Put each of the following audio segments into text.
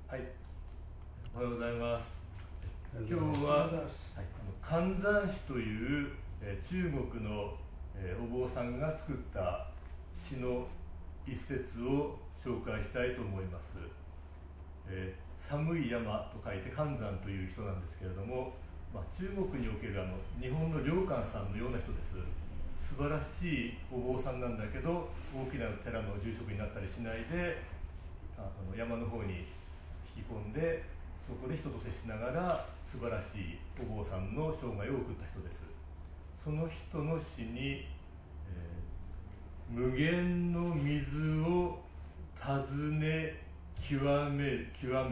はい、おはようございます。今日は寒山詩という、中国の、お坊さんが作った詩の一節を紹介したいと思います。寒い山と書いて寒山という人なんですけれども、中国における日本の良寛さんのような人です。素晴らしいお坊さんなんだけど、大きな寺の住職になったりしないで、山の方に引き込んで、そこで人と接しながら素晴らしいお坊さんの生涯を送った人です。その人の詩に、無限の水を尋ね極める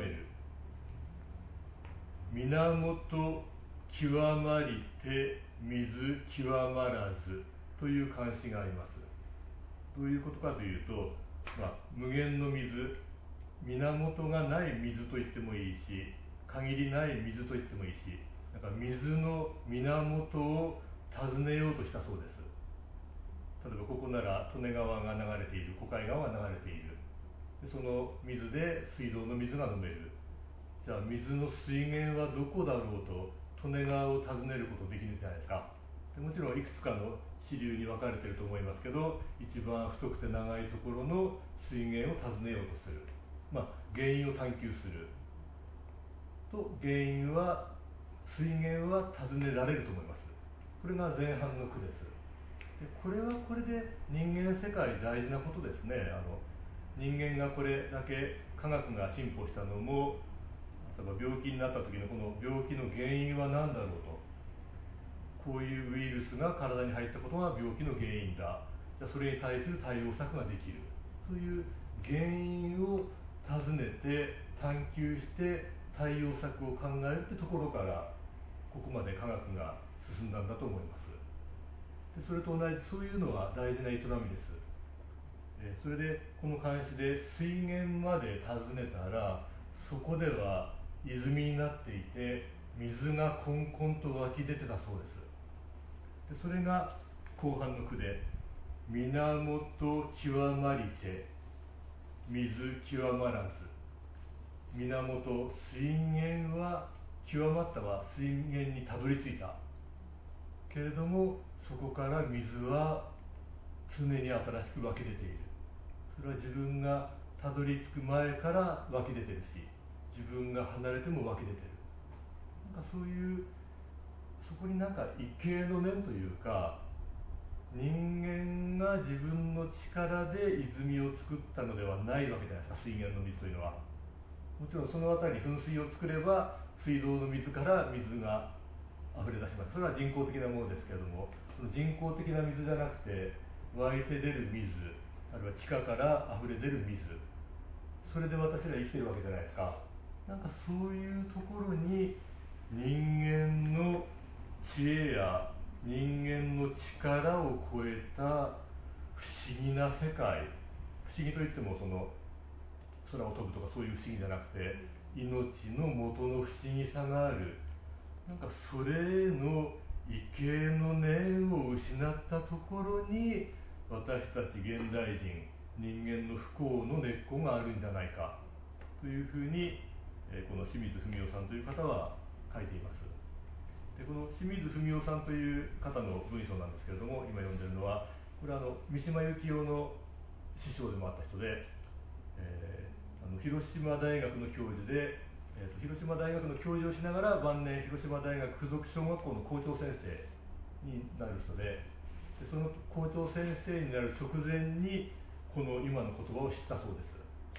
源極まりて水極まらずという漢詩があります。どういうことかというと、無限の水、源がない水と言ってもいいし、限りない水と言ってもいいし、なんか水の源を尋ねようとしたそうです。例えばここなら利根川が流れている、小海川が流れている。でその水で水道の水が飲める。じゃあ水の水源はどこだろうと利根川を尋ねることできるじゃないですか。でもちろんいくつかの支流に分かれていると思いますけど、一番太くて長いところの水源を尋ねようとする、原因を探求すると、水源は尋ねられると思います。これが前半の句です。でこれはこれで人間世界大事なことですね。人間がこれだけ科学が進歩したのも、例えば病気になった時のこの病気の原因は何だろうと、こういうウイルスが体に入ったことが病気の原因だ、じゃあそれに対する対応策ができるという原因を尋ねて探求して対応策を考えるってところからここまで科学が進んだんだと思います。でそれと同じ、そういうのは大事な営みです。それでこの漢詩で水源まで訪ねたら、そこでは泉になっていて水がこんこんと湧き出てたそうです。でそれが後半の句で「源極まりて水極まらず」、源、水源は極まったは水源にたどり着いたけれども、そこから水は常に新しく湧き出ている。それは自分がたどり着く前から湧き出てるし、自分が離れても湧き出てる。なんかそういう、そこになんか畏敬の念というか、人間が自分の力で泉を作ったのではないわけじゃないですか、水源の水というのは。もちろんそのあたりに噴水を作れば水道の水から水が溢れ出します。それは人工的なものですけれども、その人工的な水じゃなくて湧いて出る水、あるいは地下から溢れ出る水、それで私ら生きてるわけじゃないですか。なんかそういうところに人間の知恵や人間の力を超えた不思議な世界、不思議といってもその空を飛ぶとかそういう不思議じゃなくて、命の元の不思議さがある。なんかそれへの畏敬の念を失ったところに、私たち現代人、人間の不幸の根っこがあるんじゃないかというふうに、この清水文夫さんという方は書いています。でこの清水文夫さんという方の文章なんですけれども、今読んでるのは、これは三島由紀夫の師匠でもあった人で、広島大学の教授で、広島大学の教授をしながら晩年広島大学附属小学校の校長先生になる人で、その校長先生になる直前にこの今の言葉を知ったそうです。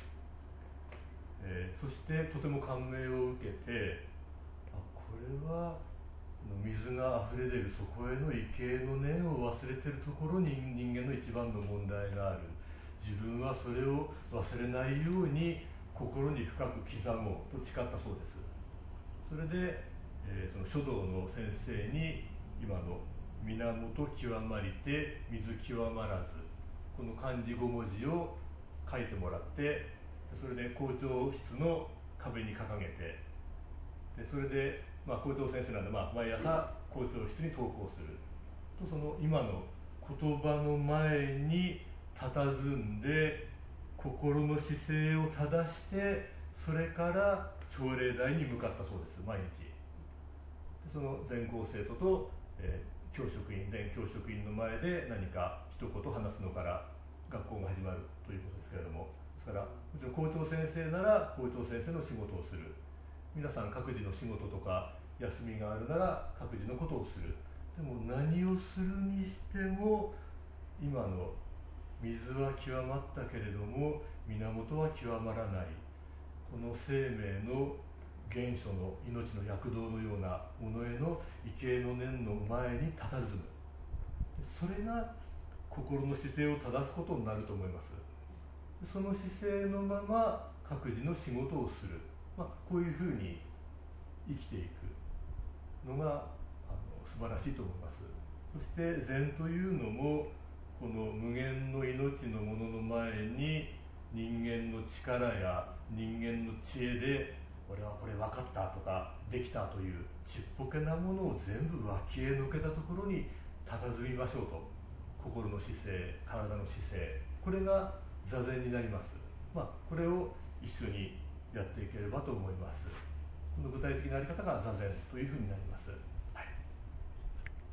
そしてとても感銘を受けて、これは水が溢れ出る、そこへの畏敬の念を忘れているところに人間の一番の問題がある。自分はそれを忘れないように心に深く刻もうと誓ったそうです。それで、その書道の先生に今の源極まりて水極まらず、この漢字5文字を書いてもらって、それで校長室の壁に掲げて、でそれで、校長先生なんで、毎朝校長室に登校すると、その今の言葉の前に佇んで心の姿勢を正してそれから朝礼台に向かったそうです。毎日その全校生徒と、教職員全教職員の前で何か一言話すのから学校が始まるということですけれども、ですからもちろん校長先生なら校長先生の仕事をする、皆さん各自の仕事とか休みがあるなら各自のことをする。でも何をするにしても今の水は極まったけれども源は極まらない、この生命の原初の命の躍動のようなものへの畏敬の念の前に佇む、それが心の姿勢を正すことになると思います。その姿勢のまま各自の仕事をする、こういうふうに生きていくのが素晴らしいと思います。そして禅というのもこの無限の命のものの前に人間の力や人間の知恵で俺はこれ分かったとかできたというちっぽけなものを全部脇へのけたところに佇みましょうと、心の姿勢、体の姿勢、これが座禅になります。これを一緒にやっていければと思います。その具体的なやり方が座禅というふうになります。